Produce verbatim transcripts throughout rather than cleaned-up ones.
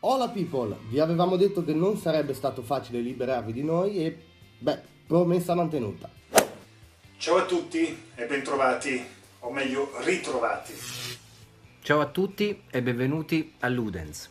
Hola people, vi avevamo detto che non sarebbe stato facile liberarvi di noi e, beh, promessa mantenuta. Ciao a tutti e bentrovati, o meglio ritrovati. Ciao a tutti e benvenuti a Ludens.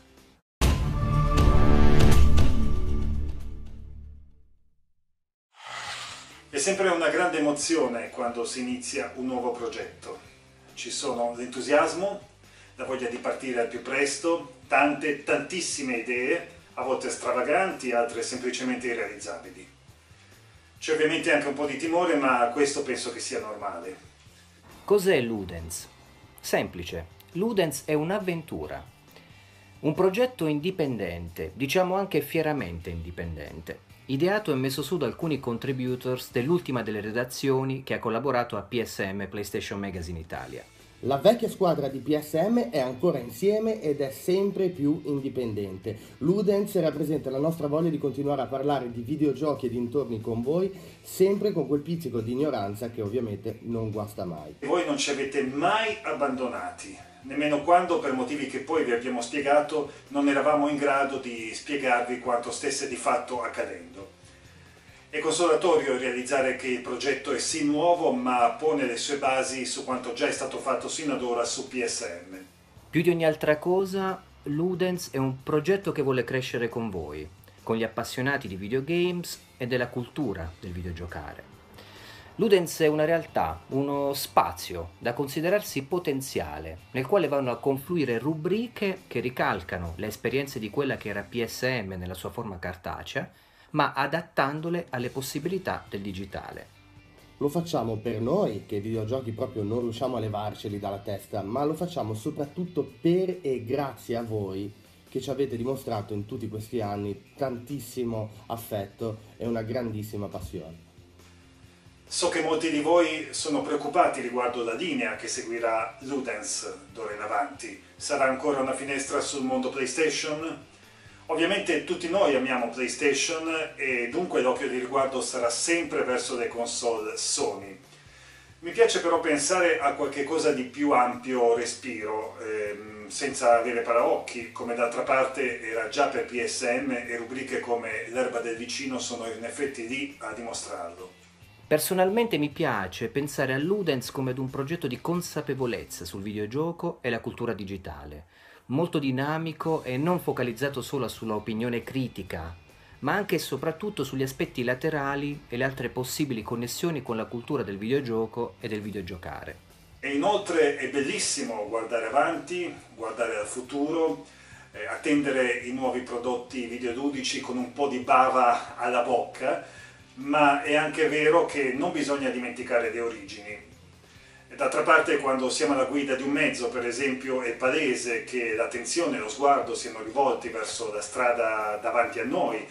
È sempre una grande emozione quando si inizia un nuovo progetto. Ci sono l'entusiasmo, la voglia di partire al più presto, tante, tantissime idee, a volte stravaganti, altre semplicemente irrealizzabili. C'è ovviamente anche un po' di timore, ma questo penso che sia normale. Cos'è Ludens? Semplice, Ludens è un'avventura. Un progetto indipendente, diciamo anche fieramente indipendente, ideato e messo su da alcuni contributors dell'ultima delle redazioni che ha collaborato a P S M PlayStation Magazine Italia. La vecchia squadra di P S M è ancora insieme ed è sempre più indipendente. Ludens rappresenta la nostra voglia di continuare a parlare di videogiochi e dintorni con voi, sempre con quel pizzico di ignoranza che ovviamente non guasta mai. Voi non ci avete mai abbandonati, nemmeno quando, per motivi che poi vi abbiamo spiegato, non eravamo in grado di spiegarvi quanto stesse di fatto accadendo. È consolatorio realizzare che il progetto è sì nuovo, ma pone le sue basi su quanto già è stato fatto sino ad ora su P S M. Più di ogni altra cosa, Ludens è un progetto che vuole crescere con voi, con gli appassionati di videogames e della cultura del videogiocare. Ludens è una realtà, uno spazio da considerarsi potenziale, nel quale vanno a confluire rubriche che ricalcano le esperienze di quella che era P S M nella sua forma cartacea, ma adattandole alle possibilità del digitale. Lo facciamo per noi, che i videogiochi proprio non riusciamo a levarceli dalla testa, ma lo facciamo soprattutto per e grazie a voi, che ci avete dimostrato in tutti questi anni tantissimo affetto e una grandissima passione. So che molti di voi sono preoccupati riguardo la linea che seguirà Ludens d'ora in avanti. Sarà ancora una finestra sul mondo PlayStation? Ovviamente tutti noi amiamo PlayStation e dunque l'occhio di riguardo sarà sempre verso le console Sony. Mi piace però pensare a qualche cosa di più ampio respiro, ehm, senza avere paraocchi, come d'altra parte era già per P S M e rubriche come L'erba del vicino sono in effetti lì a dimostrarlo. Personalmente mi piace pensare a Ludens come ad un progetto di consapevolezza sul videogioco e la cultura digitale, molto dinamico e non focalizzato solo sulla opinione critica, ma anche e soprattutto sugli aspetti laterali e le altre possibili connessioni con la cultura del videogioco e del videogiocare. E inoltre è bellissimo guardare avanti, guardare al futuro, eh, attendere i nuovi prodotti videoludici con un po' di bava alla bocca, ma è anche vero che non bisogna dimenticare le origini. D'altra parte, quando siamo alla guida di un mezzo, per esempio, è palese che l'attenzione e lo sguardo siano rivolti verso la strada davanti a noi,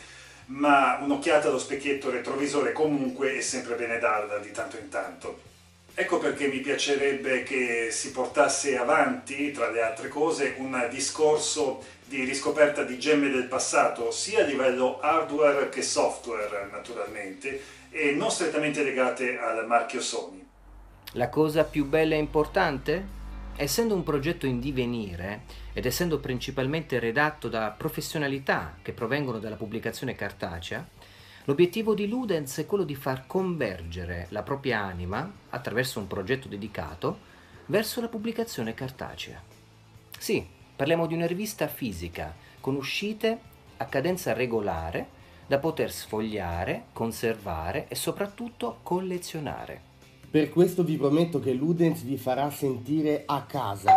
ma un'occhiata allo specchietto retrovisore comunque è sempre bene darla di tanto in tanto. Ecco perché mi piacerebbe che si portasse avanti, tra le altre cose, un discorso di riscoperta di gemme del passato, sia a livello hardware che software, naturalmente, e non strettamente legate al marchio Sony. La cosa più bella e importante? Essendo un progetto in divenire ed essendo principalmente redatto da professionalità che provengono dalla pubblicazione cartacea, l'obiettivo di Ludens è quello di far convergere la propria anima, attraverso un progetto dedicato, verso la pubblicazione cartacea. Sì, parliamo di una rivista fisica, con uscite a cadenza regolare, da poter sfogliare, conservare e soprattutto collezionare. Per questo vi prometto che Ludens vi farà sentire a casa.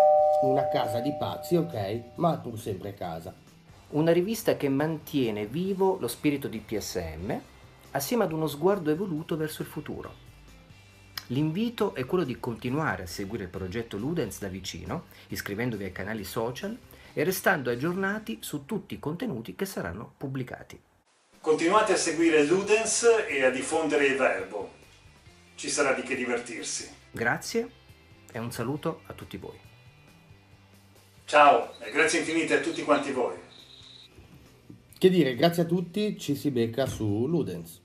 Una casa di pazzi, ok, ma pur sempre casa. Una rivista che mantiene vivo lo spirito di P S M assieme ad uno sguardo evoluto verso il futuro. L'invito è quello di continuare a seguire il progetto Ludens da vicino, iscrivendovi ai canali social e restando aggiornati su tutti i contenuti che saranno pubblicati. Continuate a seguire Ludens e a diffondere il verbo. Ci sarà di che divertirsi. Grazie e un saluto a tutti voi. Ciao e grazie infinite a tutti quanti voi. Che dire, grazie a tutti, ci si becca su Ludens.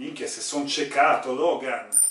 Minchia, se son ciecato, Logan!